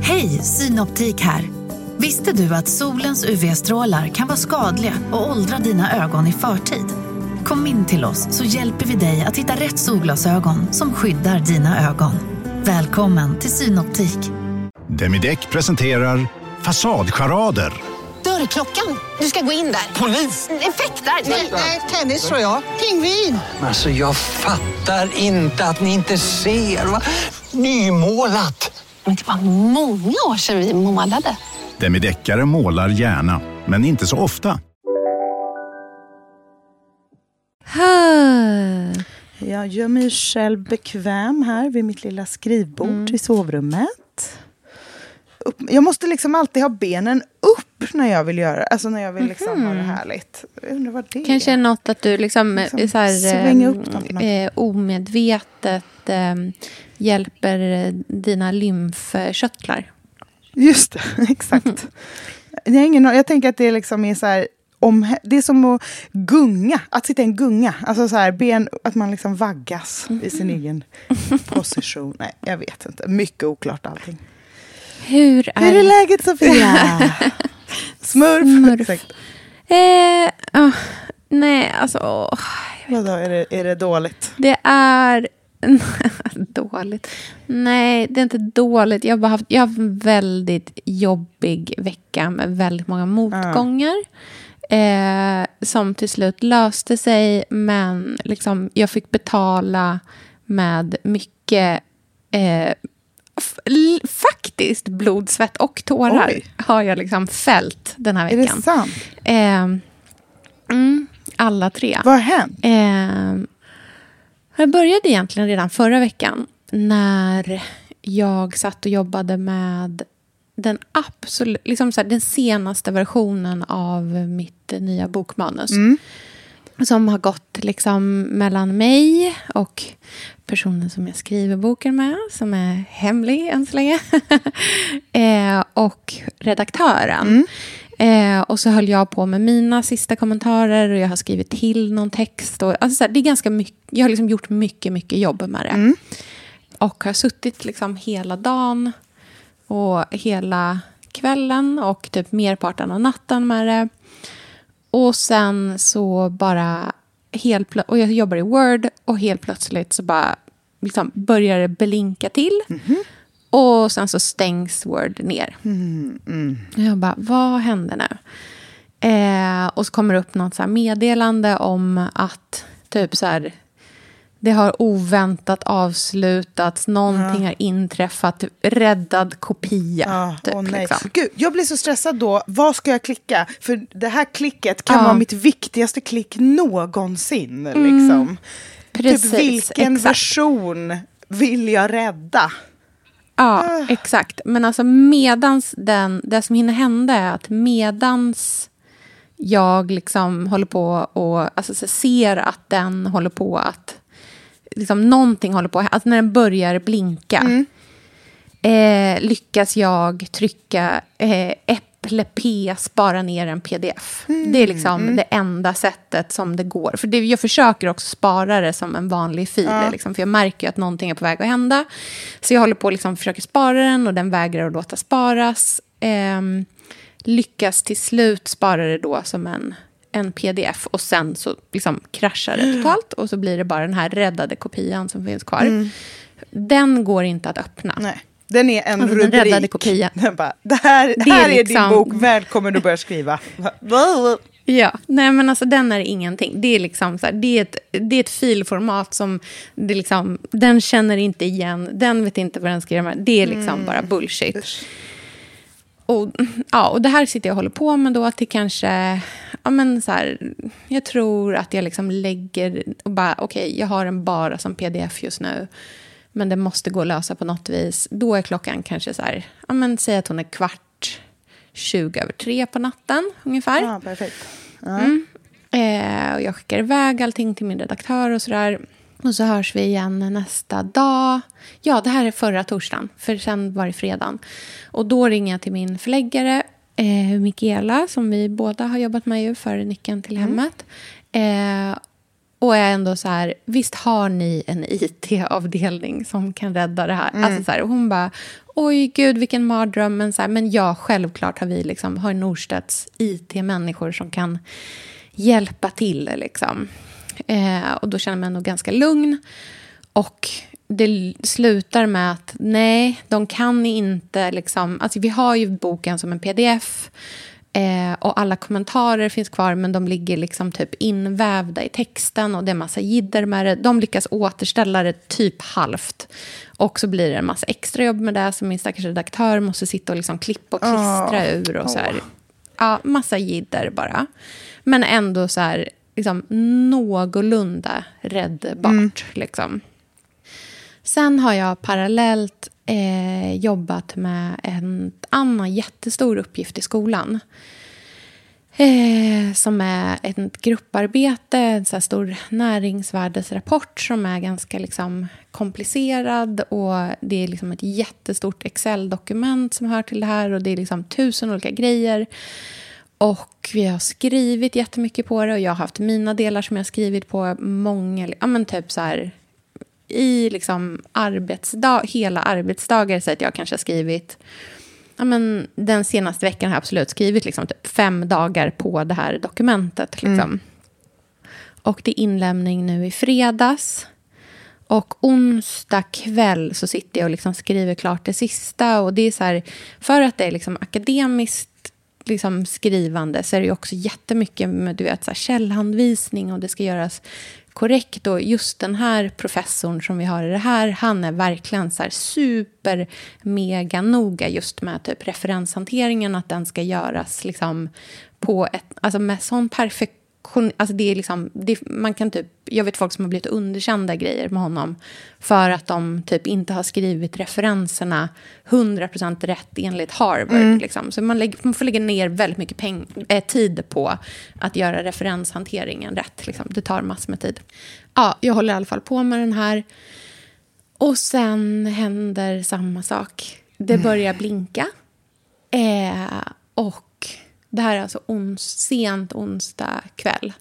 Hej, Synoptik här. Visste du att solens UV-strålar kan vara skadliga och åldra dina ögon i förtid? Kom in till oss så hjälper vi dig att hitta rätt solglasögon som skyddar dina ögon. Välkommen till Synoptik. Demideck presenterar Fasadcharader. Dörrklockan. Du ska gå in där. Polis? Effektar? Nej, tennis tror jag. Pingvin. Alltså jag fattar inte att ni inte ser. Va? Nymålat. Men det var många år sedan vi målade. Demideckare målar gärna, men inte så ofta. Jag gör mig själv bekväm här vid mitt lilla skrivbord i sovrummet. Jag måste liksom alltid ha benen upp när jag vill göra, alltså när jag vill liksom ha det härligt. Jag undrar vad det kanske är något att du liksom så här, svänga upp dem omedvetet hjälper dina lymfkörtlar. Just det, exakt. Jag tänker att det liksom är så här, det är som att gunga, att sitta i en gunga. Alltså så här, att man liksom vaggas i sin egen position. Nej, jag vet inte. Mycket oklart allting. Hur är läget, Sofia? Smurf. Nej, alltså... Vadå, är det dåligt? Det är... dåligt. Nej, det är inte dåligt. Jag har haft en väldigt jobbig vecka med väldigt många motgångar. Som till slut löste sig, men liksom, jag fick betala med mycket faktiskt blod, svett och tårar. Oj. Har jag liksom fällt den här veckan. Är det sant? Alla tre. Vad har hänt? Jag började egentligen redan förra veckan när jag satt och jobbade med den absolut, liksom så här, den senaste versionen av mitt nya bokmanus. Som har gått liksom mellan mig och personen som jag skriver boken med, som är hemlig än så länge, och redaktören. Och så höll jag på med mina sista kommentarer och jag har skrivit till någon text. Och, alltså så här, det är ganska mycket, jag har liksom gjort mycket jobb med det. Och har suttit liksom hela dagen och hela kvällen och typ merparten av natten med det. Och sen så bara och jag jobbar i Word och helt plötsligt så bara liksom börjar det blinka till. Och sen så stängs Word ner. Och jag bara, vad händer nu? Och så kommer det upp något så här meddelande om att typ så här, det har oväntat avslutats, någonting har inträffat, räddad kopia. Typ, nej. liksom. Gud, jag blir så stressad då. Vad ska jag klicka? För det här klicket kan vara mitt viktigaste klick någonsin. Liksom. Precis, typ vilken version vill jag rädda? Ja, exakt. Men alltså det som hinner hända är att medans jag liksom håller på och alltså så ser att den håller på att liksom någonting håller på, alltså när den börjar blinka lyckas jag trycka Äpple P, spara ner en pdf. Det är liksom det enda sättet som det går. För jag försöker också spara det som en vanlig fil. Liksom, för jag märker ju att någonting är på väg att hända. Så jag håller på och liksom försöker spara den och den vägrar att låta sparas. Lyckas till slut spara det då som en pdf och sen så liksom kraschar det totalt och så blir det bara den här räddade kopian som finns kvar. Den går inte att öppna. Nej. Den är en rubrik. Den räddade kopian. Den bara, det här är liksom din bok, välkommen du börjar skriva. Ja, nej men alltså den är ingenting. Det är liksom så här, det är ett filformat som det liksom, den känner inte igen, den vet inte vad den ska göra. Det är liksom bara bullshit. Och det här sitter jag och håller på med då till kanske, ja men så här, jag tror att jag liksom lägger och bara okej, jag har den bara som pdf just nu. Men det måste gå att lösa på något vis. Då är klockan kanske så här, ja men säg att hon är 2:20 på natten ungefär. Ja, perfekt. Och jag skickar iväg allting till min redaktör och sådär. Och så hörs vi igen nästa dag. Ja, det här är förra torsdagen. För sen var det fredagen. Och då ringer jag till min förläggare, Mikaela, som vi båda har jobbat med ju för Nyckeln till hemmet. Och är ändå så här, visst har ni en IT-avdelning som kan rädda det här? Alltså så här, och hon bara, oj gud vilken mardröm. Men, så här, men ja, självklart har vi liksom, har Norstedts IT-människor som kan hjälpa till. Liksom. Och då känner man nog ganska lugn. Och det slutar med att nej, de kan inte liksom, alltså vi har ju boken som en pdf och alla kommentarer finns kvar, men de ligger liksom typ invävda i texten och det är massa jidder med det. De lyckas återställa det typ halvt och så blir det en massa extra jobb med det som min stackars redaktör måste sitta och liksom klippa och klistra ur och så här. Ja, massa jidder bara. Men ändå så här liksom någorlunda räddbart liksom. Sen har jag parallellt jobbat med en annan jättestor uppgift i skolan. Som är ett grupparbete, en så här stor näringsvärdesrapport som är ganska liksom komplicerad. Och det är liksom ett jättestort Excel-dokument som hör till det här. Och det är liksom 1000 olika grejer. Och vi har skrivit jättemycket på det. Och jag har haft mina delar som jag har skrivit på många, ja men typ så här i liksom hela arbetsdagar, så att jag kanske har skrivit, ja men den senaste veckan har jag absolut skrivit liksom typ 5 dagar på det här dokumentet liksom. Och det är inlämning nu i fredags. Och onsdag kväll så sitter jag och liksom skriver klart det sista. Och det är så här, för att det är liksom akademiskt liksom skrivande så är det ju också jättemycket med, du vet, så här källhandvisning och det ska göras korrekt. Och just den här professorn som vi har i det här, han är verkligen så här super mega noga just med typ referenshanteringen, att den ska göras liksom på ett, alltså med sån perfektion. Alltså det är liksom, man kan typ, jag vet folk som har blivit underkända grejer med honom för att de typ inte har skrivit referenserna 100% rätt enligt Harvard liksom. Så man får lägga ner väldigt mycket tid på att göra referenshanteringen rätt liksom. Det tar massor med tid. Ja, jag håller i alla fall på med den här. Och sen händer samma sak. Det börjar blinka. Och det här är alltså sent onsdag kväll.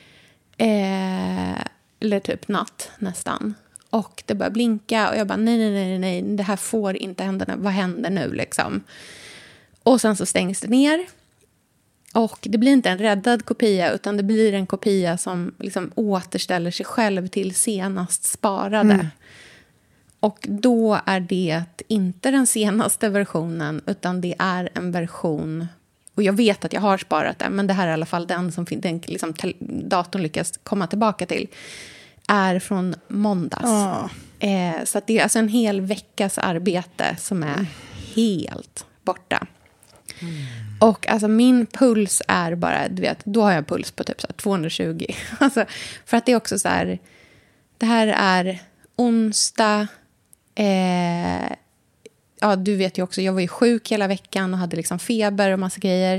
Eller typ natt nästan. Och det börjar blinka och jag bara nej. Det här får inte hända. Vad händer nu liksom? Och sen så stängs det ner. Och det blir inte en räddad kopia utan det blir en kopia som liksom återställer sig själv till senast sparade. Och då är det inte den senaste versionen utan det är en version. Och jag vet att jag har sparat den, men det här är i alla fall den som den, liksom, datorn lyckas komma tillbaka till, är från måndags. Så att det är alltså en hel veckas arbete som är helt borta. Och alltså min puls är bara, du vet, då har jag puls på typ så här 220. Alltså, för att det är också så här, det här är onsdag. Ja, du vet ju också, jag var ju sjuk hela veckan och hade liksom feber och massa grejer.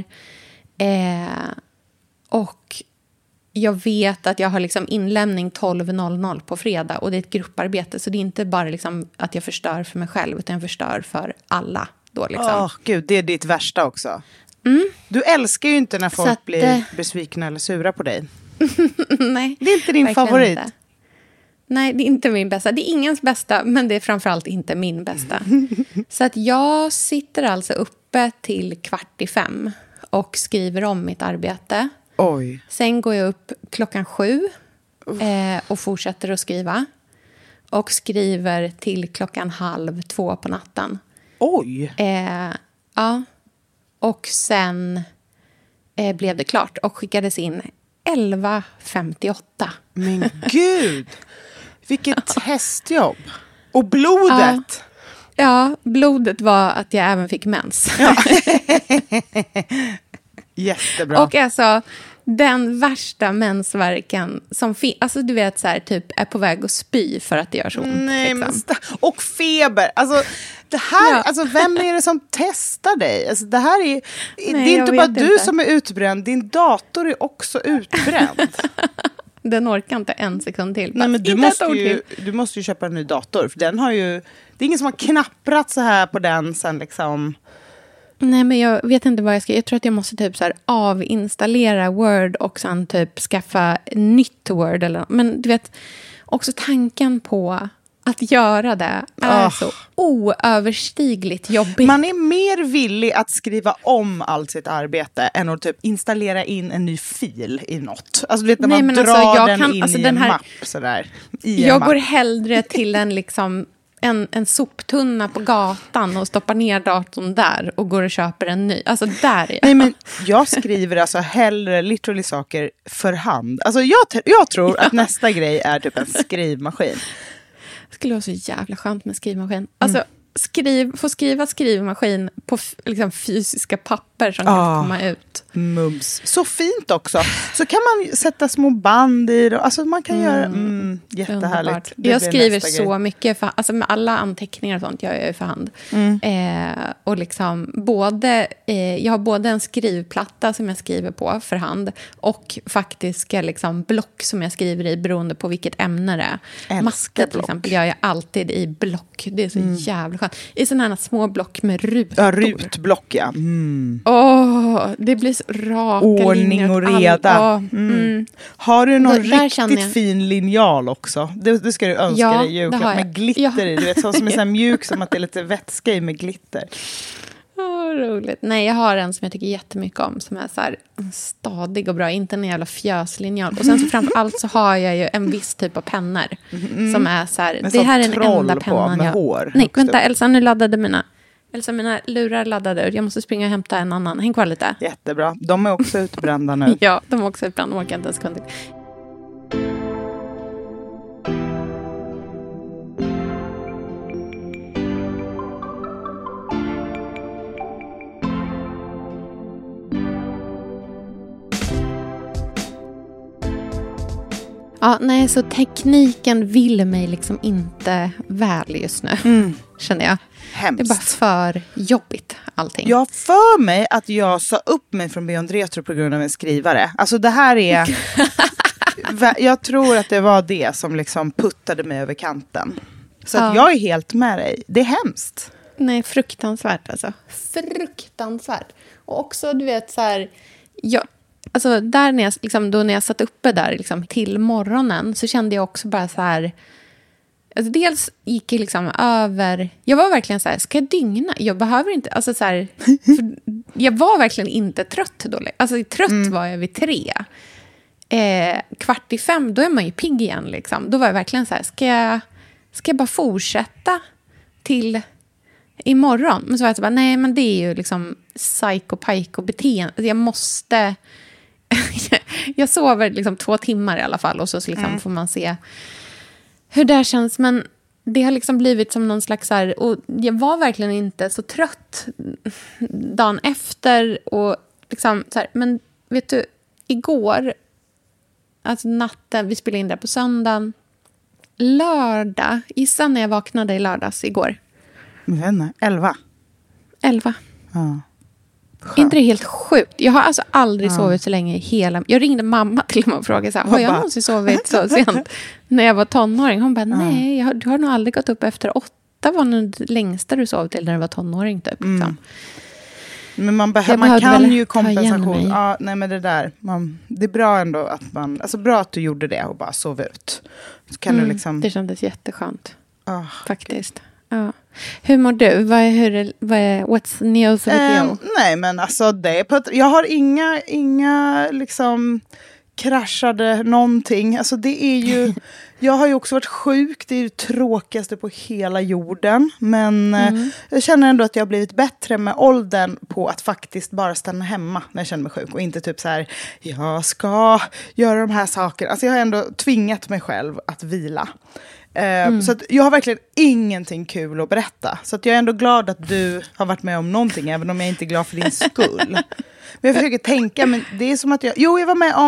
Och jag vet att jag har liksom inlämning 12.00 på fredag och det är ett grupparbete. Så det är inte bara liksom att jag förstör för mig själv utan jag förstör för alla då liksom. Gud, det är ditt värsta också. Du älskar ju inte när folk blir besvikna eller sura på dig. Nej. Det är inte din favorit. Inte. Nej, det är inte min bästa. Det är ingens bästa, men det är framförallt inte min bästa. Så att jag sitter alltså uppe till 4:45 och skriver om mitt arbete. Oj. Sen går jag upp 7:00 och fortsätter att skriva. Och skriver till 1:30 på natten. Oj. Ja. Och sen blev det klart och skickades in 11:58. Men gud! Vilket hästjobb. Och blodet. Ja, blodet var att jag även fick mens. Ja. Jättebra. Och alltså, den värsta mensvärken som finns. Alltså du vet så här, typ är på väg att spy för att det gör så ont. Nej, liksom. Och feber. Alltså, det här, alltså, vem är det som testar dig? Alltså, det här är, det är inte bara du som är utbränd. Din dator är också utbränd. Den orkar inte en sekund till. Nej, men du måste ju köpa en ny dator. För den har ju, det är ingen som har knapprat så här på den sen liksom Nej, men jag vet inte vad jag ska... Jag tror att jag måste typ så här avinstallera Word och sen typ skaffa nytt Word. Men du vet, också tanken på att göra det är så oöverstigligt jobbigt. Man är mer villig att skriva om allt sitt arbete än att typ installera in en ny fil i något. Alltså du vet när man drar den in i en mapp sådär. Jag går hellre till en liksom... En soptunna på gatan och stoppar ner datorn där och går och köper en ny. Alltså där är Nej, men jag skriver alltså hellre literally saker för hand. Alltså jag tror att nästa grej är typ en skrivmaskin. Det skulle vara så jävla skönt med skrivmaskin. Alltså få skriva skrivmaskin på liksom fysiska papper som kan komma ut. Mums. Så fint också. Så kan man sätta små band i det. Alltså man kan göra jättehärligt. Jag skriver så mycket alltså med alla anteckningar och sånt jag gör för hand. Och liksom jag har både en skrivplatta som jag skriver på för hand och faktiska liksom block som jag skriver i beroende på vilket ämne det är. Masker till exempel gör jag alltid i block. Det är så jävla skönt. I sådana här små block med rutor. Ja, rutblock, ja. Det blir så raka ordning linjer och reda. Har du någon riktigt fin linjal också? Det ska du önska dig julklapp med glitter i. Du vet, så som är så här mjuk som att det är lite vätska i med glitter. Roligt. Nej, jag har en som jag tycker jättemycket om som är så här stadig och bra, inte en jävla fjöslinjal. Och sen så framförallt så har jag ju en viss typ av pennor som är så här, det här är den enda pennan med hår. Nej, vänta, Elsa, nu laddade mina lurar laddade. Jag måste springa och hämta en annan. Häng kvar lite. Jättebra. De är också utbrända nu. Ja, de är också utbrända. De orkar inte en sekund till. Ja, nej, så tekniken vill mig liksom inte väl just nu, känner jag. Hemskt. Det är bara för jobbigt, allting. Jag för mig att jag sa upp mig från Beyond Retro på grund av en skrivare. Alltså det här är... jag tror att det var det som liksom puttade mig över kanten. Så att jag är helt med dig. Det är hemskt. Nej, fruktansvärt alltså. Fruktansvärt. Och också, du vet, så här... Alltså där när jag, liksom, då när jag satt uppe där liksom, till morgonen så kände jag också bara så här... Alltså dels gick jag liksom över... Jag var verkligen så här, ska jag dygna? Jag behöver inte... Alltså så här, jag var verkligen inte trött då. Alltså trött var jag vid 3. 4:45, då är man ju pigg igen liksom. Då var jag verkligen så här, ska jag bara fortsätta till imorgon? Men så var jag så bara, nej men det är ju liksom psycho-pajko-beteende. Alltså, jag måste... jag sover liksom 2 timmar i alla fall och så liksom får man se hur det känns. Men det har liksom blivit som någon slags här, och jag var verkligen inte så trött dagen efter och liksom så här, men vet du, igår, alltså natten, vi spelade in där på söndagen, lördag, gissa när jag vaknade i lördags igår. 11. Ja. Inte det helt sjukt? Jag har alltså aldrig sovit så länge i hela... Jag ringde mamma till mig och frågade så här, har jag någonsin sovit så sent när jag var tonåring? Hon bara, nej, du har nog aldrig gått upp efter 8. Var nog det längsta du sov till när du var tonåring typ. Liksom. Men man kan ju kompensation. Ja, nej men det där. Det är bra ändå att man... Alltså bra att du gjorde det och bara sov ut. Så kan du liksom... Det kändes jätteskönt. Faktiskt. Ja. Hur mår du? What's news with you? Nej, men alltså det är jag har inga liksom kraschade någonting. Alltså det är ju... Jag har ju också varit sjuk. Det är ju det tråkigaste på hela jorden. Men jag känner ändå att jag har blivit bättre med åldern på att faktiskt bara stanna hemma när jag känner mig sjuk. Och inte typ så här, jag ska göra de här sakerna. Alltså jag har ändå tvingat mig själv att vila. Så att jag har verkligen ingenting kul att berätta. Så att jag är ändå glad att du har varit med om någonting, även om jag inte är glad för din skull. Men jag försöker tänka, men det är som att jag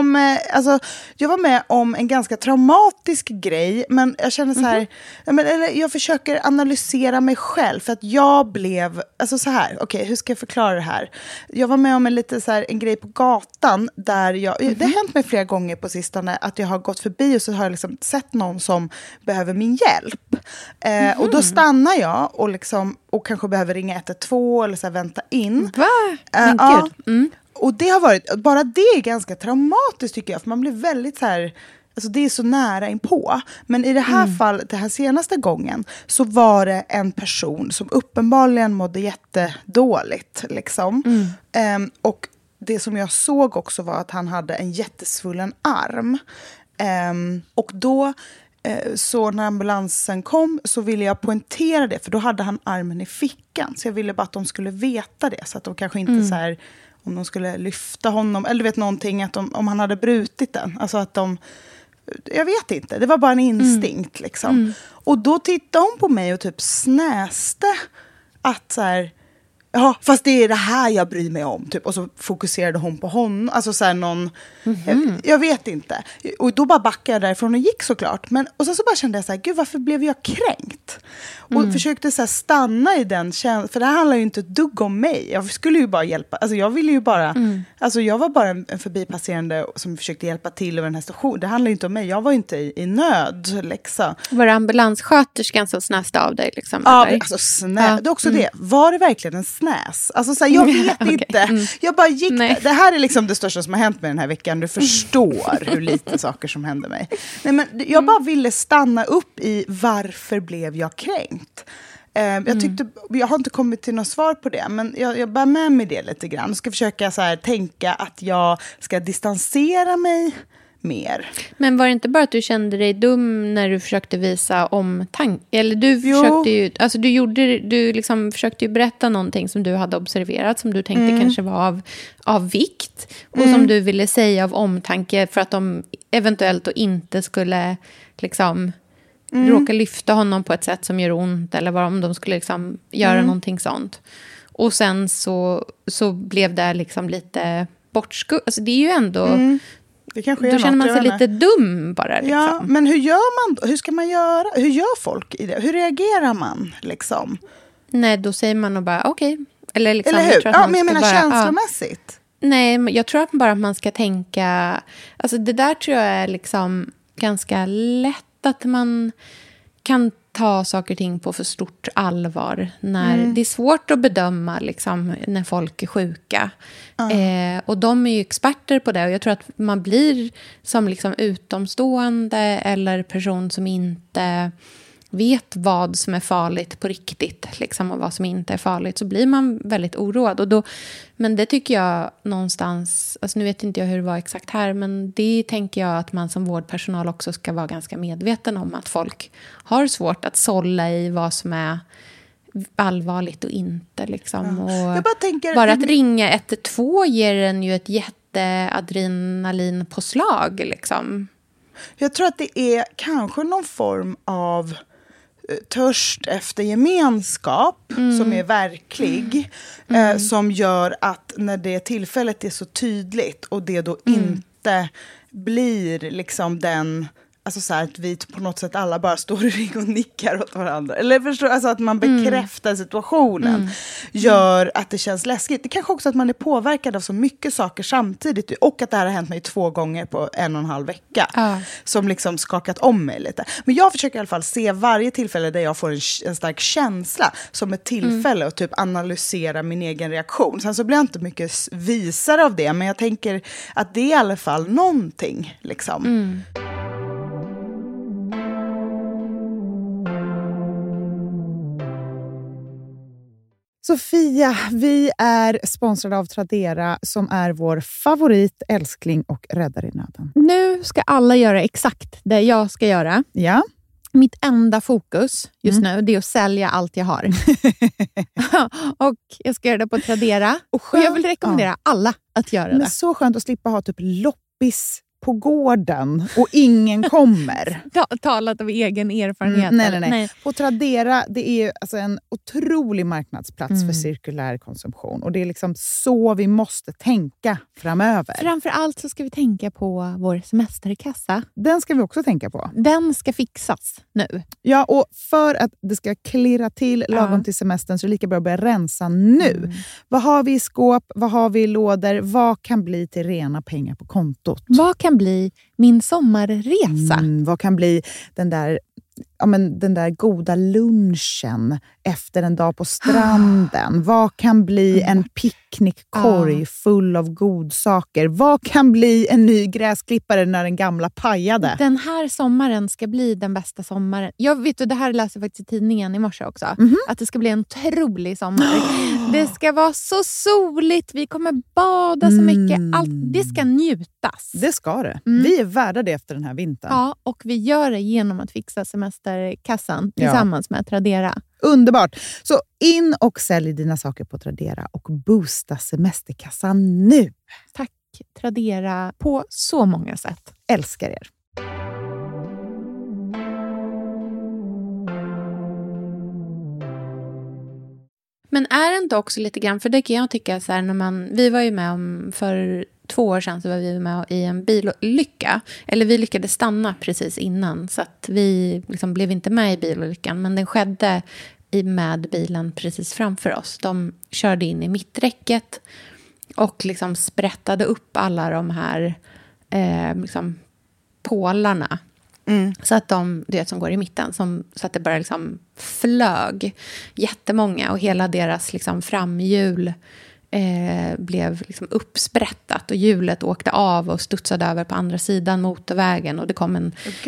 var med om en ganska traumatisk grej, men jag känner så här, jag försöker analysera mig själv, för att jag blev, alltså så här, okej, hur ska jag förklara det här? Jag var med om en grej på gatan, där det har hänt mig flera gånger på sistone, att jag har gått förbi och så har jag liksom sett någon som behöver min hjälp. Och då stannar jag och kanske behöver ringa 112 eller så här, vänta in. Va? Men gud. Mm. Och det har varit, bara det är ganska traumatiskt tycker jag, för man blir väldigt så här, alltså det är så nära inpå. Men i det här fallet, det här senaste gången, så var det en person som uppenbarligen mådde jättedåligt liksom. Och det som jag såg också var att han hade en jättesvullen arm. Och då så när ambulansen kom så ville jag poängtera det, för då hade han armen i fickan, så jag ville bara att de skulle veta det, så att de kanske inte så här, om de skulle lyfta honom eller du vet någonting, att om han hade brutit den, alltså att jag vet inte, det var bara en instinkt liksom. Och då tittade hon på mig och typ snäste att så här, ja, fast det är det här jag bryr mig om typ. Och så fokuserade hon på honom, alltså så här någon, jag vet inte. Och då bara backade jag därifrån och gick såklart. Och sen så bara kände jag så här, gud, varför blev jag kränkt? Och försökte så här stanna i den känslan, för det här handlar ju inte ett dugg om mig. Jag skulle ju bara hjälpa, alltså jag ville ju bara, alltså jag var bara en förbipasserande som förskökte hjälpa till över den här stationen. Det handlar ju inte om mig, jag var ju inte i nöd liksom. Var det ambulanssköterskan som snäste av dig liksom? Ja, eller? alltså det är också det. Var det verkligen en snäs? Alltså så här, jag vet inte. Jag bara gick. Det här är liksom det största som har hänt mig den här veckan. Du förstår hur lite saker som hände mig. Nej, men jag bara ville stanna upp i varför blev jag kränkt. Jag har inte kommit till något svar på det, men jag bär med mig det lite grann. Jag ska försöka så här, tänka att jag ska distansera mig mer. Men var det inte bara att du kände dig dum när du försökte visa omtanke? Eller du försökte ju, alltså du liksom försökte ju berätta någonting som du hade observerat, som du tänkte kanske var av vikt, och som du ville säga av omtanke för att de eventuellt då inte skulle liksom råka lyfta honom på ett sätt som gör ont, eller om de skulle liksom göra någonting sånt. Och sen så blev det liksom lite bortskutt. Alltså det är ju ändå det kanske då känner man sig lite dum bara liksom. Ja, men hur gör man då? Hur ska man göra? Hur gör folk i det? Hur reagerar man liksom? Nej, då säger man nog bara okej. Eller liksom, eller hur? Jag tror att men jag menar känslomässigt. Nej, jag tror att bara man ska tänka, alltså det där tror jag är liksom ganska lätt, att man kan ta saker och ting på för stort allvar. När det är svårt att bedöma liksom, när folk är sjuka. Och de är ju experter på det. Och jag tror att man blir som liksom utomstående eller person som inte vet vad som är farligt på riktigt liksom, och vad som inte är farligt, så blir man väldigt oroad. Men det tycker jag någonstans, alltså nu vet inte jag hur det var exakt här, men det tänker jag att man som vårdpersonal också ska vara ganska medveten om, att folk har svårt att sålla i vad som är allvarligt och inte. Liksom. Och jag bara tänker, bara att ringa 112 ger en ju ett jätteadrenalinpåslag liksom. Jag tror att det är kanske någon form av törst efter gemenskap som är verklig, som gör att när det tillfället är så tydligt och det då inte blir liksom den, alltså så här att vi på något sätt alla bara står i ring och nickar åt varandra. Eller förstår, alltså att man bekräftar situationen gör att det känns läskigt. Det kanske också att man är påverkad av så mycket saker samtidigt, och att det här har hänt mig 2 gånger på 1,5 vecka som liksom skakat om mig lite. Men jag försöker i alla fall se varje tillfälle där jag får en stark känsla som ett tillfälle och typ analysera min egen reaktion. Sen så blir jag inte mycket visare av det, men jag tänker att det är i alla fall någonting liksom. Sofia, vi är sponsrade av Tradera som är vår favorit, älskling och räddare i nöden. Nu ska alla göra exakt det jag ska göra. Ja. Mitt enda fokus just nu, det är att sälja allt jag har. Och jag ska göra det på Tradera. Och jag vill rekommendera alla att göra det. Men så skönt att slippa ha typ loppis på gården och ingen kommer. Talat av egen erfarenhet. Nej. På Tradera, det är alltså en otrolig marknadsplats för cirkulär konsumtion. Och det är liksom så vi måste tänka framöver. Framför allt så ska vi tänka på vår semesterkassa. Den ska vi också tänka på. Den ska fixas nu. Ja, och för att det ska klirra till lagom till semestern så är det lika bra att börja rensa nu. Vad har vi i skåp? Vad har vi i lådor? Vad kan bli till rena pengar på kontot? Vad kan bli min sommarresa? Vad kan bli den där goda lunchen efter en dag på stranden? Vad kan bli en picknickkorg full av godsaker? Vad kan bli en ny gräsklippare när den gamla pajade? Den här sommaren ska bli den bästa sommaren. Jag vet, och det här läser jag faktiskt i tidningen i morse också. Att det ska bli en otrolig sommar. Det ska vara så soligt. Vi kommer bada så mycket. Allt, det ska njutas. Det ska det. Vi är värda det efter den här vintern. Ja, och vi gör det genom att fixa semesterkassan tillsammans med Tradera. Underbart! Så in och sälj dina saker på Tradera och boosta semesterkassan nu. Tack Tradera på så många sätt. Älskar er. Men är det inte också lite grann, för det kan jag tycka så här, när vi var ju med om för 2 år sedan så var vi med i en bilolycka. Eller vi lyckades stanna precis innan. Så att vi liksom blev inte med i bilolyckan. Men den skedde med bilen precis framför oss. De körde in i mitträcket. Och liksom sprättade upp alla de här liksom pålarna. Så att de, du vet, som går i mitten. Så att det bara liksom flög jättemånga. Och hela deras liksom framhjul blev liksom uppsprättat och hjulet åkte av och studsade över på andra sidan motorvägen och det kom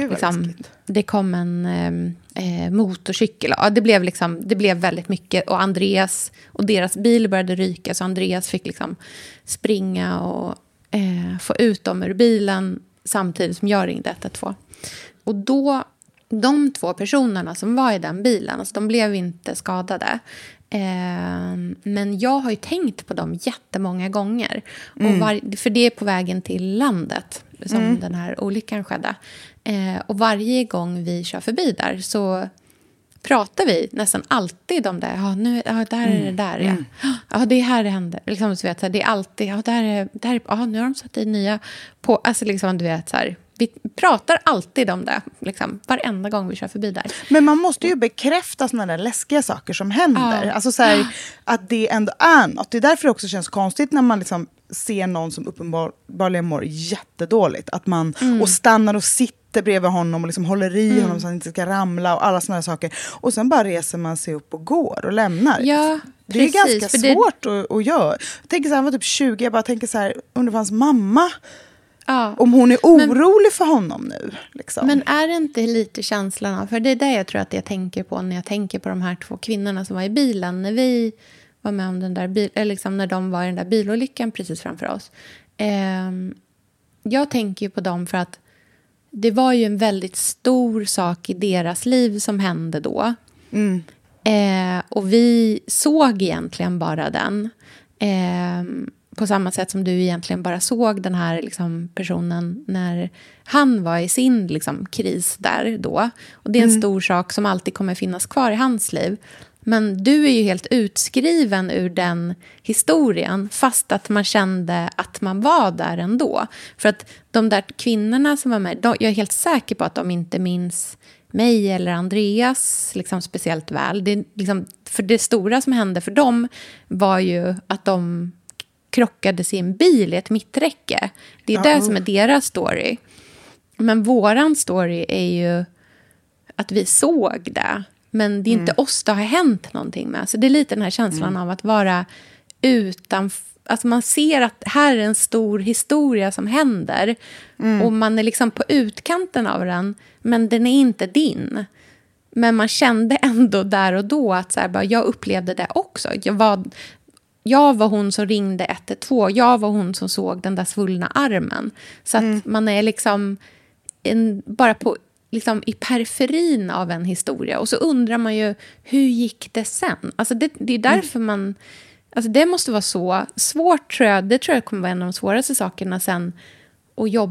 en motorcykel. Ja, det blev väldigt mycket och Andreas och deras bil började ryka så Andreas fick liksom springa och få ut dem ur bilen samtidigt som jag ringde 112. Och då de 2 personerna som var i den bilen, alltså de blev inte skadade. Men jag har ju tänkt på dem jättemånga gånger. Och för det är på vägen till landet som den här olyckan skedde. Och varje gång vi kör förbi där så pratar vi nästan alltid om det. Där är det där. Ja, det är här det händer. Liksom, så vet, det är alltid, nu har de satt i nya på. Alltså liksom, du vet så här. Vi pratar alltid om det, liksom, varenda gång vi kör förbi där. Men man måste ju bekräfta såna där läskiga saker som händer. Alltså så här, att det ändå är något. Det är därför det också känns konstigt när man liksom ser någon som uppenbarligen mår jättedåligt. Att man och stannar och sitter bredvid honom och liksom håller i honom så att han inte ska ramla och alla såna här saker. Och sen bara reser man sig upp och går och lämnar. Ja, det är ganska svårt att göra. Jag tänker så här, han var typ 20, jag bara tänker så här, undrar hans mamma... Ja. Om hon är orolig för honom nu. Liksom. Men är det inte lite känslan av... För det är det jag tror att jag tänker på när jag tänker på de här 2 kvinnorna som var i bilen. När vi var med om den där eller liksom när de var i den där bilolyckan precis framför oss. Jag tänker ju på dem för att det var ju en väldigt stor sak i deras liv som hände då. Och vi såg egentligen bara den. På samma sätt som du egentligen bara såg den här liksom, personen när han var i sin liksom, kris där då. Och det är en stor sak som alltid kommer finnas kvar i hans liv. Men du är ju helt utskriven ur den historien fast att man kände att man var där ändå. För att de där kvinnorna som var med, jag är helt säker på att de inte minns mig eller Andreas liksom, speciellt väl. Det, liksom, för det stora som hände för dem var ju att de... krockades i en bil i ett mitträcke. Det är det som är deras story. Men våran story är ju att vi såg det. Men det är inte oss det har hänt någonting med. Så det är lite den här känslan av att vara utan... Alltså man ser att här är en stor historia som händer. Och man är liksom på utkanten av den. Men den är inte din. Men man kände ändå där och då att så här, bara, jag upplevde det också. Jag var hon som ringde 112. Jag var hon som såg den där svullna armen. Så att man är liksom bara på, liksom i periferin av en historia. Och så undrar man ju, hur gick det sen? Alltså det är därför man... Alltså det måste vara så svårt, tror jag. Det tror jag kommer vara en av de svåraste sakerna sen. Att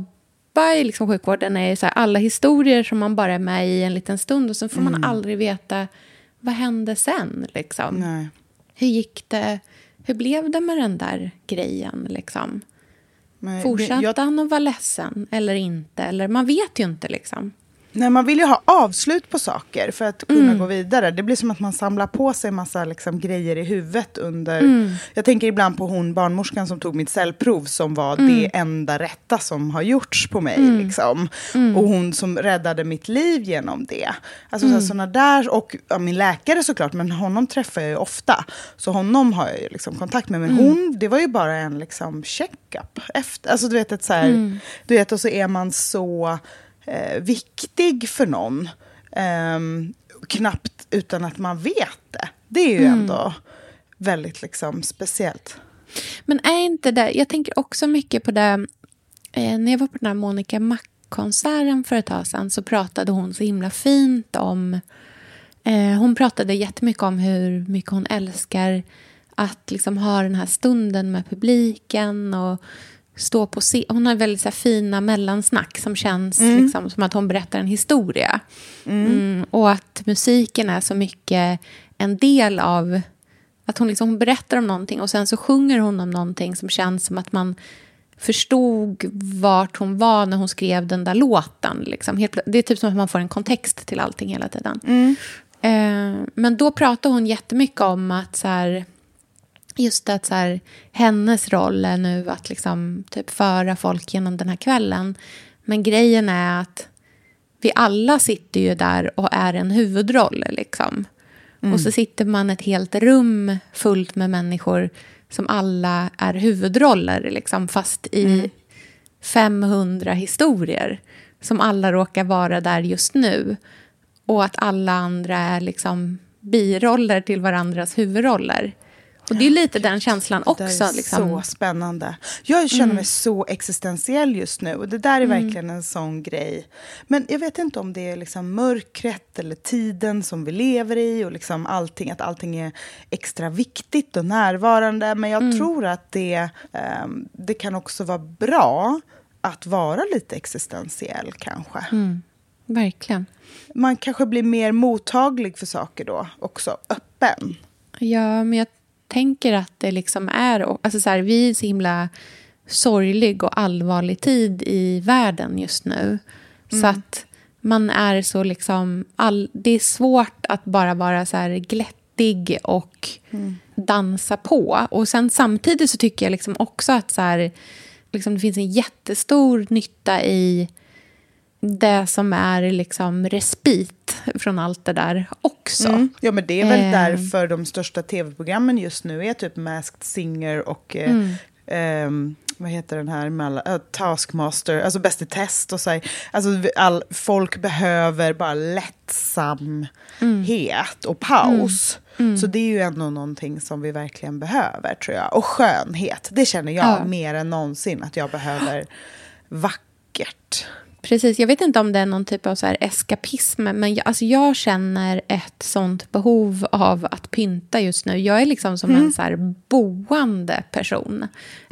jobba i liksom sjukvården är så här, alla historier som man bara är med i en liten stund och så får man aldrig veta vad hände sen liksom. Nej. Hur gick det? Hur blev det med den där grejen liksom? Men Fortsatte han att vara ledsen eller inte? Eller man vet ju inte liksom. Nej, man vill ju ha avslut på saker för att kunna gå vidare. Det blir som att man samlar på sig en massa liksom, grejer i huvudet under... Jag tänker ibland på hon barnmorskan som tog mitt cellprov som var det enda rätta som har gjorts på mig. Liksom. Och hon som räddade mitt liv genom det. Alltså sådana där, och min läkare såklart, men honom träffar jag ju ofta. Så honom har jag ju liksom kontakt med. Men hon, det var ju bara en liksom, check-up efter. Alltså du vet, ett så här, du vet, och så är man så... viktig för någon knappt utan att man vet det. Det är ju ändå väldigt liksom speciellt. Men är inte det, jag tänker också mycket på det när jag var på den här Monica Mac-konserten för ett tag sedan så pratade hon så himla fint om hon pratade jättemycket om hur mycket hon älskar att liksom ha den här stunden med publiken och stå på hon har väldigt så här, fina mellansnack som känns liksom, som att hon berättar en historia. Och att musiken är så mycket en del av att hon berättar om någonting och sen så sjunger hon om någonting som känns som att man förstod vart hon var när hon skrev den där låten. Liksom. Det är typ som att man får en kontext till allting hela tiden. Men då pratar hon jättemycket om att så här, just att så här, hennes roll är nu att liksom, typ föra folk genom den här kvällen. Men grejen är att vi alla sitter ju där och är en huvudroll. Liksom. Och så sitter man ett helt rum fullt med människor som alla är huvudroller. Liksom, fast i 500 historier som alla råkar vara där just nu. Och att alla andra är liksom, biroller till varandras huvudroller. Och det är lite den känslan också. Det är liksom. Så spännande. Jag känner mig så existentiell just nu. Och det där är verkligen en sån grej. Men jag vet inte om det är liksom mörkret eller tiden som vi lever i. Och liksom allting, att allting är extra viktigt och närvarande. Men jag tror att det kan också vara bra att vara lite existentiell kanske. Verkligen. Man kanske blir mer mottaglig för saker då. Också öppen. Ja, men jag tänker att det liksom är... Alltså så här, vi är så himla sorglig och allvarlig tid i världen just nu. Så att man är så liksom... det är svårt att bara vara så här glättig och dansa på. Och sen samtidigt så tycker jag liksom också att så här, liksom det finns en jättestor nytta i det som är liksom respit från allt det där också. Ja, men det är väl därför de största tv-programmen just nu är typ Masked Singer och vad heter den här Taskmaster, alltså Bäst i test och så. Alltså folk behöver bara lättsamhet och paus. Så det är ju ändå någonting som vi verkligen behöver, tror jag. Och skönhet, det känner jag mer än någonsin att jag behöver. Vackert. Precis, jag vet inte om det är någon typ av så här eskapism, men jag känner ett sånt behov av att pynta just nu. Jag är liksom som en så här boende person.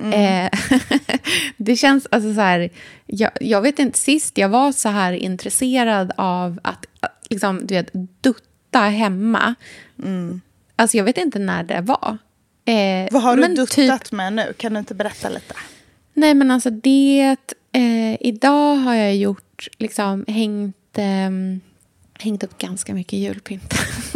Det känns alltså så här, jag vet inte, sist jag var så här intresserad av att liksom, du vet, dutta hemma. Alltså jag vet inte när det var. Vad har du duttat med nu? Kan du inte berätta lite? Nej, men alltså idag har jag gjort liksom hängt upp ganska mycket julpynt.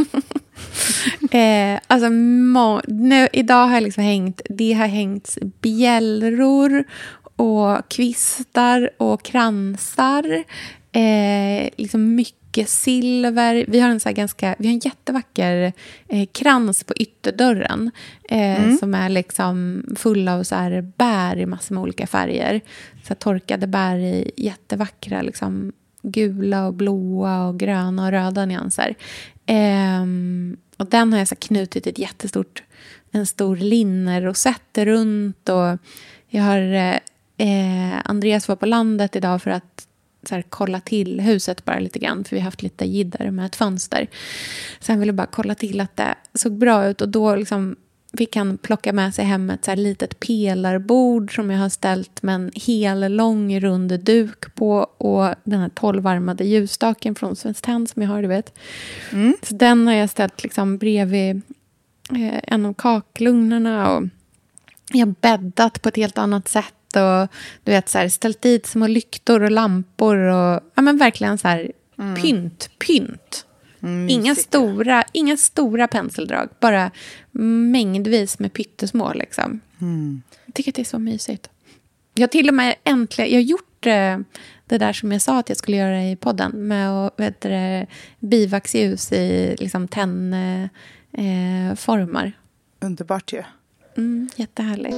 Alltså idag har jag liksom hängts bjällror och kvistar och kransar, liksom mycket silver. Vi har en jättevacker krans på ytterdörren som är liksom full av så här bär i massor med olika färger. Så här torkade bär i jättevackra liksom gula och blåa och gröna och röda nyanser. Och den har jag så knutit en stor linnerosett runt, och jag har Andreas var på landet idag för att så här, kolla till huset bara lite grann, för vi har haft lite jidder med ett fönster. Så han ville bara kolla till att det såg bra ut, och då liksom vi kan plocka med sig hem ett så här litet pelarbord som jag har ställt med en hel lång rund duk på och den här 12-armade ljusstaken från Svenskt Tenn som jag har, du vet. Så den har jag ställt liksom bredvid en av kaklugnarna och jag har bäddat på ett helt annat sätt och du vet så här, ställt dit små lyktor och lampor och ja, men verkligen så här pynt. Inga stora penseldrag, bara mängdvis med pyttesmå liksom. Jag tycker att det är så mysigt. Jag har till och med jag har gjort det där som jag sa att jag skulle göra i podden med att bivaxljus i liksom tennformar. Underbart ju. Jättehärligt.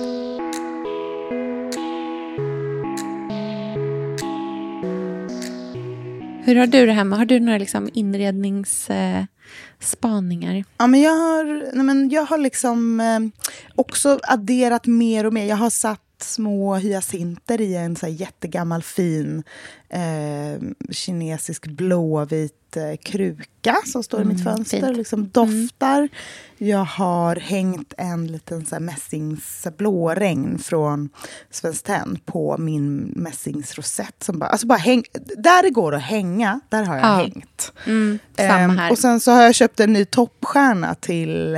Hur har du det hemma? Har du några liksom inredningsspaningar? Ja, men jag har liksom också adderat mer och mer. Jag har satt små hyacinter i en så här jättegammal fin kinesisk blåvit kruka som står i mitt fönster och liksom doftar. Jag har hängt en liten så här mässingsblåregn från Svenskt Tenn på min mässingsrosett som bara där det går att hänga, där har jag hängt. Samma här. Och sen så har jag köpt en ny toppstjärna till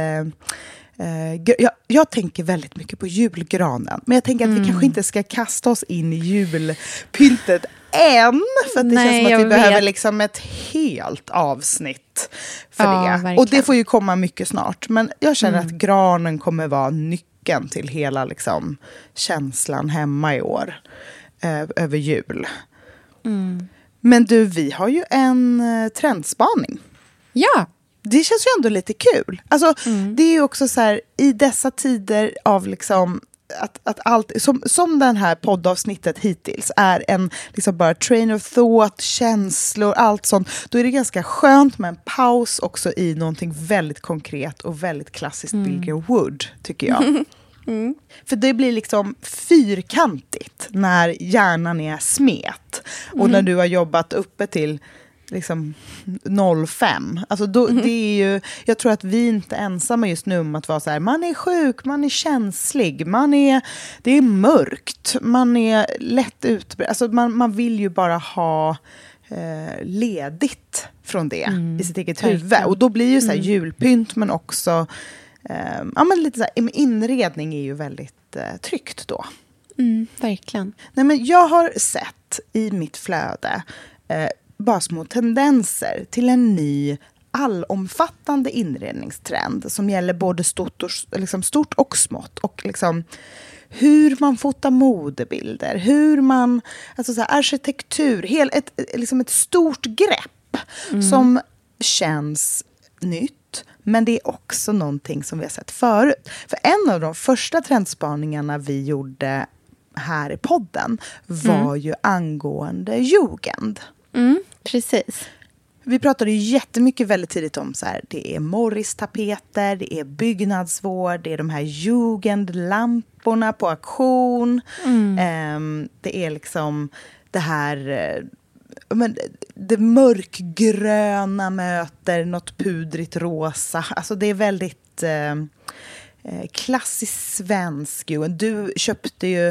jag tänker väldigt mycket på julgranen. Men jag tänker att vi kanske inte ska kasta oss in i julpyntet än. För att det känns som att vi behöver liksom ett helt avsnitt för det. Verkligen. Och det får ju komma mycket snart. Men jag känner att granen kommer vara nyckeln till hela liksom, känslan hemma i år. Över jul. Men du, vi har ju en trendspaning. Ja. Det känns ju ändå lite kul. Alltså, det är ju också så här, i dessa tider av liksom att allt, som den här poddavsnittet hittills är en liksom bara train of thought, känslor, allt sånt. Då är det ganska skönt med en paus också i någonting väldigt konkret och väldigt klassiskt Bilger Wood, tycker jag. För det blir liksom fyrkantigt när hjärnan är smet. Och när du har jobbat uppe till liksom 05. Alltså då, det är ju, jag tror att vi inte är ensamma just nu om att vara så här, man är sjuk, man är känslig, det är mörkt, man är lätt utbredd. Alltså man vill ju bara ha ledigt från det i sitt eget huvud. Och då blir ju så här julpynt, men också men lite så här, inredning är ju väldigt tryggt då. Verkligen. Nej, men jag har sett i mitt flöde bara små tendenser till en ny allomfattande inredningstrend som gäller både stort och smått. Och liksom hur man fotar modebilder, hur man, alltså så här, arkitektur, ett stort grepp som känns nytt. Men det är också någonting som vi har sett förut. För en av de första trendspaningarna vi gjorde här i podden var ju angående jugend. Precis. Vi pratade ju jättemycket väldigt tidigt om så här, det är Morris-tapeter, det är byggnadsvård, det är de här jugendlamporna på auktion. Det är liksom det här, det mörkgröna möter något pudrigt rosa. Alltså det är väldigt klassisk svensk. Du köpte ju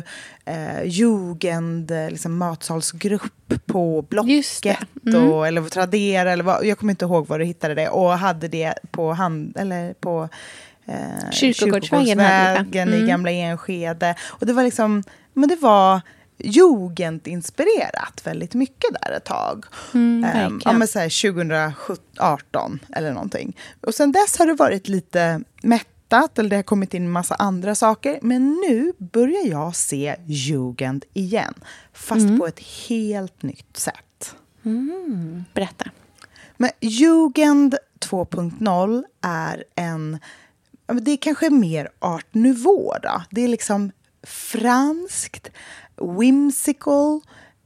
jugend, liksom matsalsgrupp på Blocket eller Tradera eller vad, jag kommer inte ihåg var du hittade det, och hade det på på Kyrkogårdsvägen i Gamla Enskede, och det var liksom, men det var jugendinspirerat väldigt mycket där ett tag. Men så här 2018 eller någonting. Och sen dess har det varit lite mättat, eller det har kommit in en massa andra saker, men nu börjar jag se jugend igen, fast på ett helt nytt sätt. Berätta. Men jugend 2.0 är det är kanske mer art nouveau då. Det är liksom franskt, whimsical,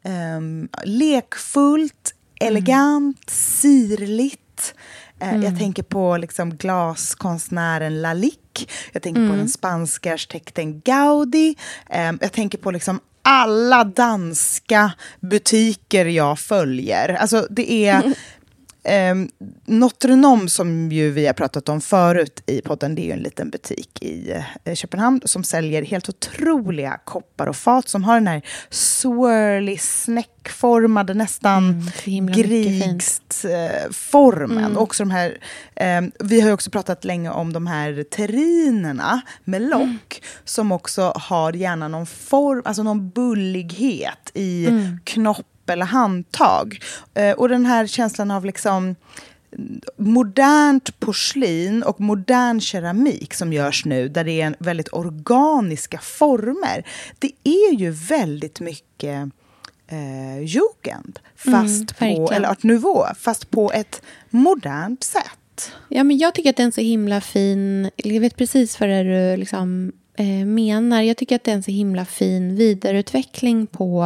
lekfullt, elegant, sirligt. Jag tänker på liksom glaskonstnären Lalique. Jag tänker på den spanska arkitekten Gaudi. Jag tänker på liksom alla danska butiker jag följer. Alltså det är Notre Dame, som ju vi har pratat om förut i podden, det är ju en liten butik i Köpenhamn som säljer helt otroliga koppar och fat som har den här swirly, snäckformade, nästan grigst formen. Och också de här, vi har ju också pratat länge om de här terrinerna med lock som också har gärna någon form, alltså någon bullighet i knopp eller handtag. Och den här känslan av liksom modernt porslin och modern keramik som görs nu, där det är väldigt organiska former. Det är ju väldigt mycket jugend, fast på, eller art nouveau, fast på ett modernt sätt. Ja, men jag tycker att den är så himla fin. Jag vet precis vad du liksom menar. Jag tycker att det är en så himla fin vidareutveckling på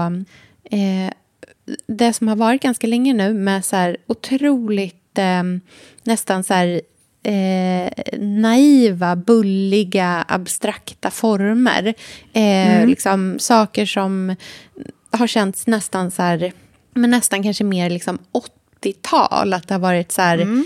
det som har varit ganska länge nu, med så här otroligt nästan så här naiva, bulliga, abstrakta former. Liksom saker som har känts nästan så här, men nästan kanske mer liksom 80-tal, att det har varit så här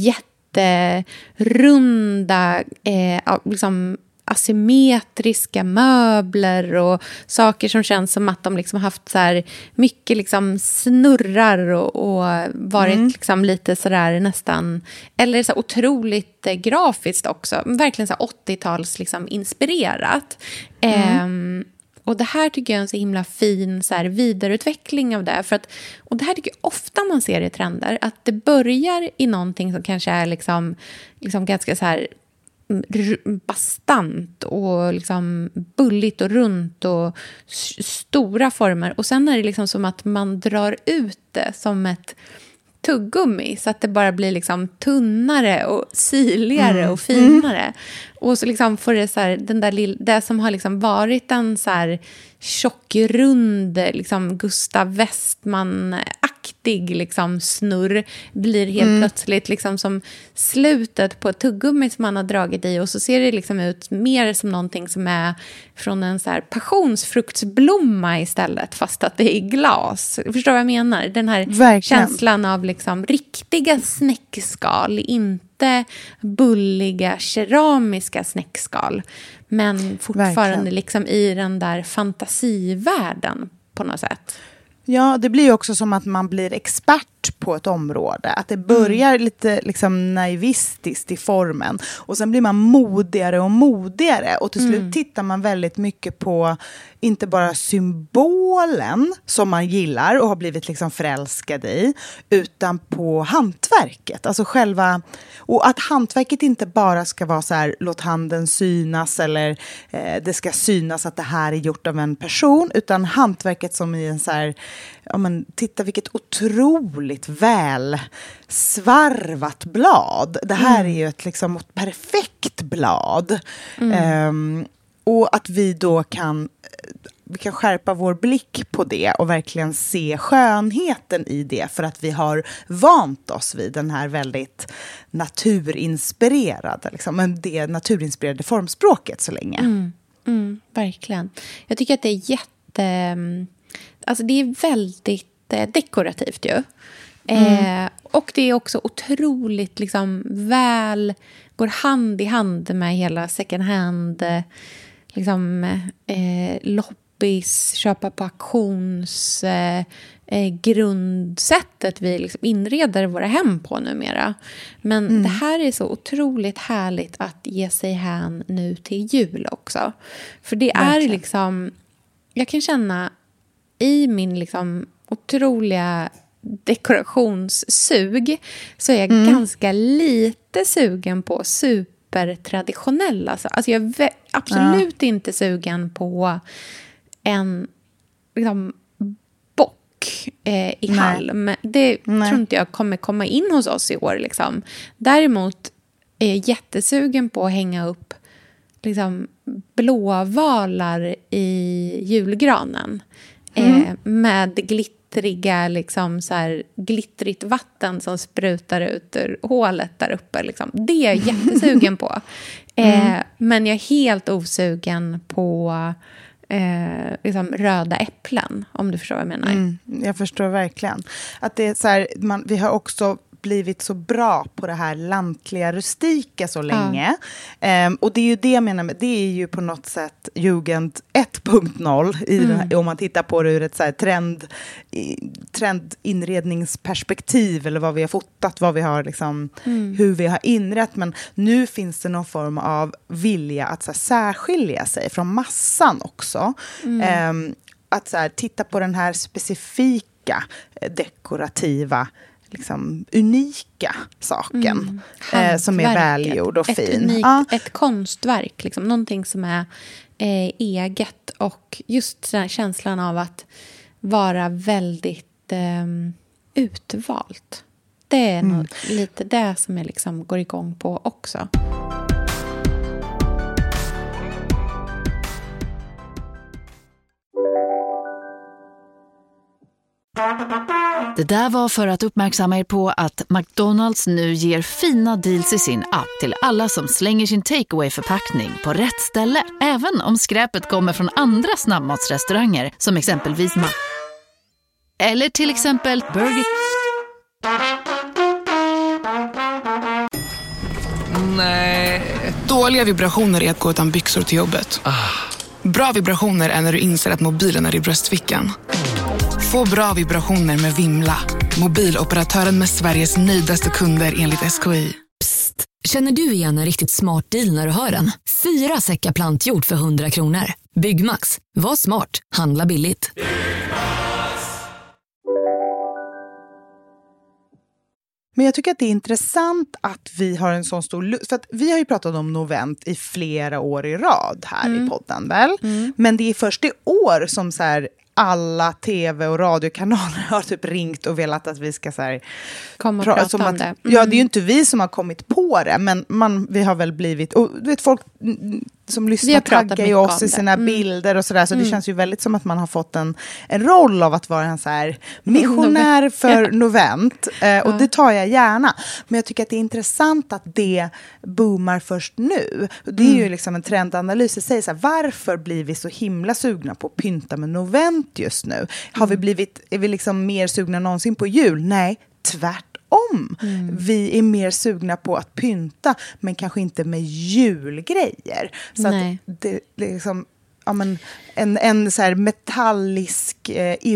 jätterunda liksom asymmetriska möbler och saker som känns som att de liksom haft så här mycket liksom snurrar och varit liksom lite så där nästan, eller så otroligt grafiskt också, verkligen så 80-tals liksom inspirerat. Och det här tycker jag är en så himla fin så här vidareutveckling av det. För att, och det här tycker jag ofta man ser i trender, att det börjar i någonting som kanske är liksom ganska så här bastant och liksom bulligt och runt och stora former, och sen är det liksom som att man drar ut det som ett tuggummi så att det bara blir liksom tunnare och syrligare och finare. Och så liksom får det så här, den där det som har liksom varit en så här tjockrund liksom Gustav Westman-aktig liksom snurr blir helt plötsligt liksom som slutet på ett tuggummi som man har dragit i, och så ser det liksom ut mer som någonting som är från en så här passionsfruktsblomma istället, fast att det är i glas. Förstår vad jag menar? Den här känslan av liksom riktiga snäckskal, inte bulliga keramiska snäckskal, men fortfarande liksom i den där fantasivärlden på något sätt. Ja, det blir ju också som att man blir expert på ett område. Att det börjar lite liksom naivistiskt i formen. Och sen blir man modigare och modigare. Och till slut tittar man väldigt mycket på inte bara symbolen som man gillar och har blivit liksom förälskad i, utan på hantverket. Alltså själva, och att hantverket inte bara ska vara så här, låt handen synas, eller det ska synas att det här är gjort av en person, utan hantverket som i en så här, ja men titta vilket otroligt väl svarvat blad. Det här är ju ett liksom perfekt blad. Och att vi då kan skärpa vår blick på det och verkligen se skönheten i det, för att vi har vant oss vid den här väldigt naturinspirerade, liksom, men det naturinspirerade formspråket så länge. Verkligen. Jag tycker att det är alltså det är väldigt dekorativt ju. Och det är också otroligt liksom väl, går hand i hand med hela second hand liksom loppis, köpa på auktions grundsättet vi liksom inreder våra hem på numera. Men det här är så otroligt härligt att ge sig hän nu till jul också. För det är liksom, jag kan känna i min liksom otroliga dekorationssug så är jag ganska lite sugen på supertraditionella. Alltså jag är absolut inte sugen på en liksom bock i halm. Det tror inte jag kommer komma in hos oss i år. Liksom. Däremot är jag jättesugen på att hänga upp liksom blåvalar i julgranen. Med glittriga liksom så här, glittrigt vatten som sprutar ut ur hålet där uppe liksom. Det är jag jättesugen på. Men jag är helt osugen på liksom röda äpplen, om du förstår vad jag menar. Jag förstår verkligen. Att det är så här, vi har också blivit så bra på det här lantliga rustika så länge. Och det är ju det jag menar med, det är ju på något sätt Jugend 1.0 i den här, om man tittar på det ur ett så här trendinredningsperspektiv, eller vad vi har fotat, vad vi har liksom, hur vi har inrett. Men nu finns det någon form av vilja att så här, särskilja sig från massan också. Att så här, titta på den här specifika dekorativa, liksom unika saken som är välgjord och fin. Ett konstverk, liksom, någonting som är eget, och just den här känslan av att vara väldigt utvalt. Det är nog lite det som jag liksom går igång på också. Det där var för att uppmärksamma er på att McDonald's nu ger fina deals i sin app till alla som slänger sin takeaway-förpackning på rätt ställe. Även om skräpet kommer från andra snabbmatsrestauranger, som exempelvis eller till exempel Burger. Nej. Dåliga vibrationer är att gå utan byxor till jobbet. Bra vibrationer är när du inser att mobilen är i bröstfickan. Få bra vibrationer med Vimla. Mobiloperatören med Sveriges nöjdaste kunder enligt SKI. Psst, känner du igen en riktigt smart deal när du hör den? 4 säckar plantjord för 100 kronor. Byggmax, var smart, handla billigt. Men jag tycker att det är intressant att vi har en sån stor lust. För att vi har ju pratat om Novent i flera år i rad här i podden, väl? Men det är först i år som så här, alla tv- och radiokanaler har typ ringt och velat att vi ska så här, komma och prata om det. Ja, det är ju inte vi som har kommit på det, men vi har väl blivit, och du vet, folk som lyssnar taggar ju oss i sina bilder och sådär, så det känns ju väldigt som att man har fått en roll av att vara en så här missionär för Novent, och det tar jag gärna, men jag tycker att det är intressant att det boomar först nu. Det är ju liksom en trendanalys i sig, så här, varför blir vi så himla sugna på att pynta med Novent just nu? Är vi liksom mer sugna någonsin på jul? Nej, tvärtom. Vi är mer sugna på att pynta, men kanske inte med julgrejer. Så att det liksom, ja, men en så här metallisk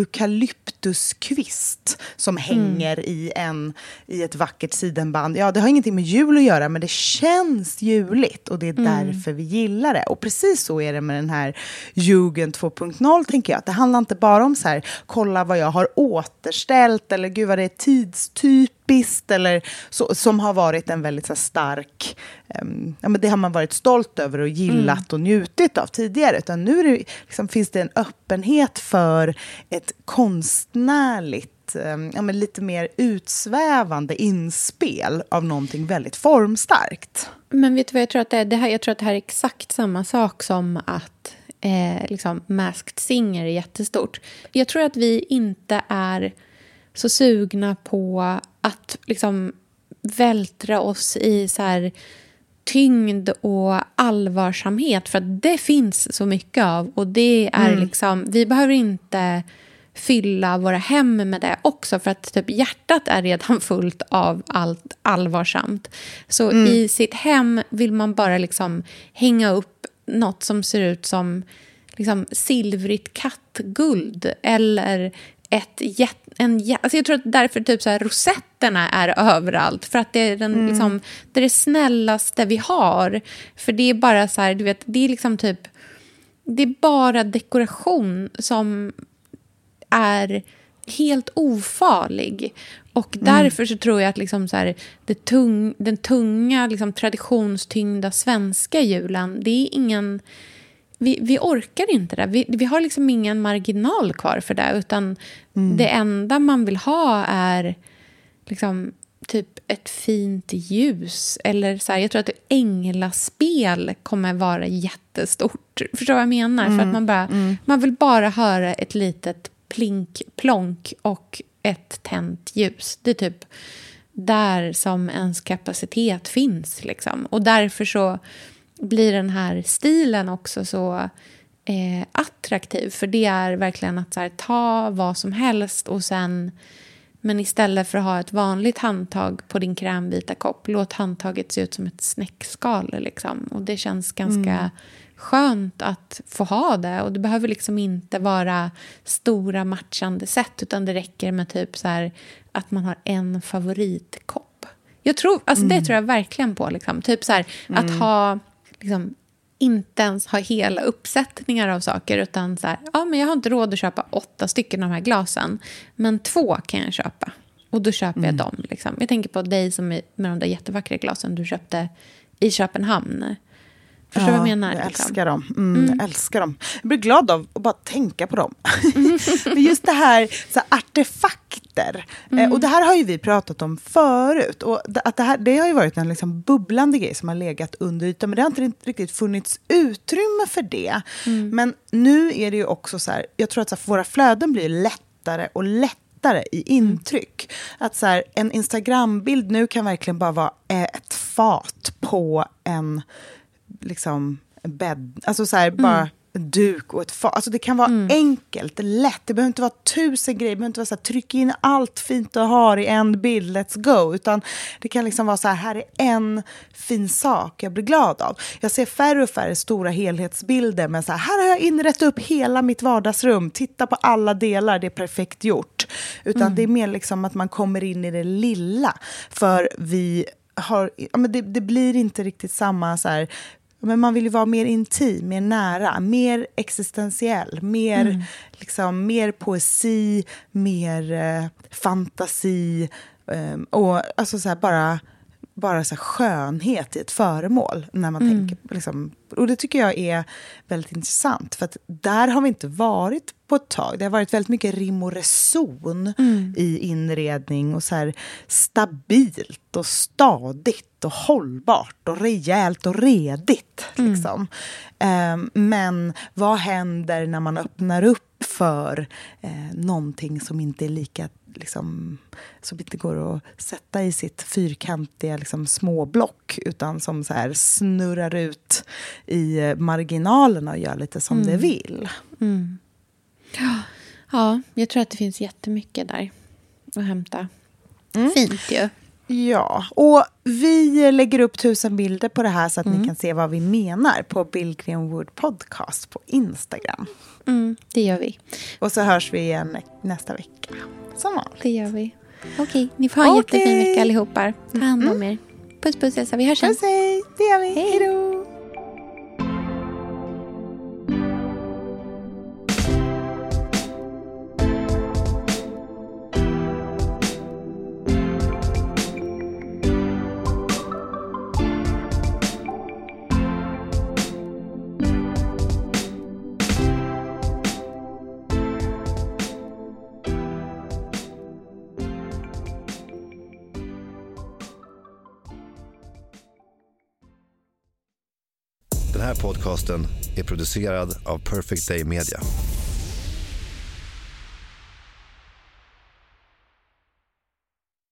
eukalyptuskvist som hänger i ett vackert sidenband. Ja, det har ingenting med jul att göra, men det känns juligt, och det är därför vi gillar det. Och precis så är det med den här Jugend 2.0, tänker jag. Att det handlar inte bara om så här, kolla vad jag har återställt, eller gud vad det är tidstypiskt, eller så, som har varit en väldigt så här, stark, ja, men det har man varit stolt över och gillat och njutit av tidigare. Utan nu är det, liksom, finns det en öppenhet för ett konstnärligt, ja, men lite mer utsvävande inspel av någonting väldigt formstarkt. Men vet du vad jag tror att det här? Jag tror att det här är exakt samma sak som att liksom Masked Singer är jättestort. Jag tror att vi inte är så sugna på att liksom vältra oss i så här tyngd och allvarsamhet, för att det finns så mycket av, och det är liksom, vi behöver inte fylla våra hem med det också, för att typ hjärtat är redan fullt av allt allvarsamt. Så i sitt hem vill man bara liksom hänga upp något som ser ut som liksom silvrigt kattguld, eller alltså jag tror att därför typ så här rosetterna är överallt, för att det är liksom, det är det snällaste vi har, för det är bara så här, du vet, det är liksom typ, det är bara dekoration som är helt ofarlig, och därför så tror jag att liksom så här, den tunga liksom traditionstyngda svenska julen, det är ingen, vi orkar inte det. Vi har liksom ingen marginal kvar för det, utan det enda man vill ha är liksom typ ett fint ljus, eller så här, jag tror att änglaspel kommer vara jättestort. Förstår vad jag menar? För att man vill bara höra ett litet plink, plonk och ett tänt ljus. Det är typ där som ens kapacitet finns liksom. Och därför så blir den här stilen också så attraktiv. För det är verkligen att så här, ta vad som helst och sen Men istället för att ha ett vanligt handtag på din krämvita kopp, låt handtaget se ut som ett snäckskal. Liksom. Och det känns ganska skönt att få ha det. Och det behöver liksom inte vara stora matchande sätt, utan det räcker med typ så här att man har en favoritkopp. Jag tror, alltså det tror jag verkligen på. Liksom. Typ så här att ha, liksom, inte ens ha hela uppsättningar av saker, utan så här, ja, men jag har inte råd att köpa 8 stycken av de här glasen, men 2 kan jag köpa. Och då köper jag dem. Liksom. Jag tänker på dig som med de där jättevackra glasen du köpte i Köpenhamn. Förstår vad jag menar? Jag älskar dem. Jag älskar dem. Jag blir glad av att bara tänka på dem. Men just det här, så här artefakter. Och det här har ju vi pratat om förut. Och att det har ju varit en liksom bubblande grej som har legat under ytan. Men det har inte riktigt funnits utrymme för det. Men nu är det ju också så här. Jag tror att så här, våra flöden blir lättare och lättare i intryck. Att så här, en Instagram-bild nu kan verkligen bara vara ett fat på en liksom bädd, alltså så här, bara en duk och ett fat. Alltså det kan vara enkelt, lätt. Det behöver inte vara 1000 grejer. Det behöver inte vara så här, tryck in allt fint du har i en bild, let's go. Utan det kan liksom vara så här är en fin sak jag blir glad av. Jag ser färre och färre stora helhetsbilder, men så här har jag inrett upp hela mitt vardagsrum. Titta på alla delar, det är perfekt gjort. Utan det är mer liksom att man kommer in i det lilla. För vi har, ja, men det blir inte riktigt samma så här. Men man vill ju vara mer intim, mer nära, mer existentiell, mer, liksom, mer poesi, mer fantasi och alltså så här, bara så här skönhet i ett föremål när man tänker liksom, och det tycker jag är väldigt intressant, för att där har vi inte varit på ett tag. Det har varit väldigt mycket rim och reson i inredning och så här stabilt och stadigt och hållbart och rejält och redigt liksom. Men vad händer när man öppnar upp för någonting som inte är lika liksom, som inte går att sätta i sitt fyrkantiga liksom, småblock, utan som så här snurrar ut i marginalerna och gör lite som det vill. Ja, jag tror att det finns jättemycket där att hämta. Fint ju. Ja, och vi lägger upp 1000 bilder på det här så att ni kan se vad vi menar på Billgren Wood Podcast på Instagram. Det gör vi. Och så hörs vi igen nästa vecka. Som vanligt. Det gör vi. Okej, ni får ha en jättefin vecka allihopa. Ta hand om er. Puss puss Elsa, vi hörs sen. Puss, hej. Det gör vi. Hej då. Den här podcasten är producerad av Perfect Day Media.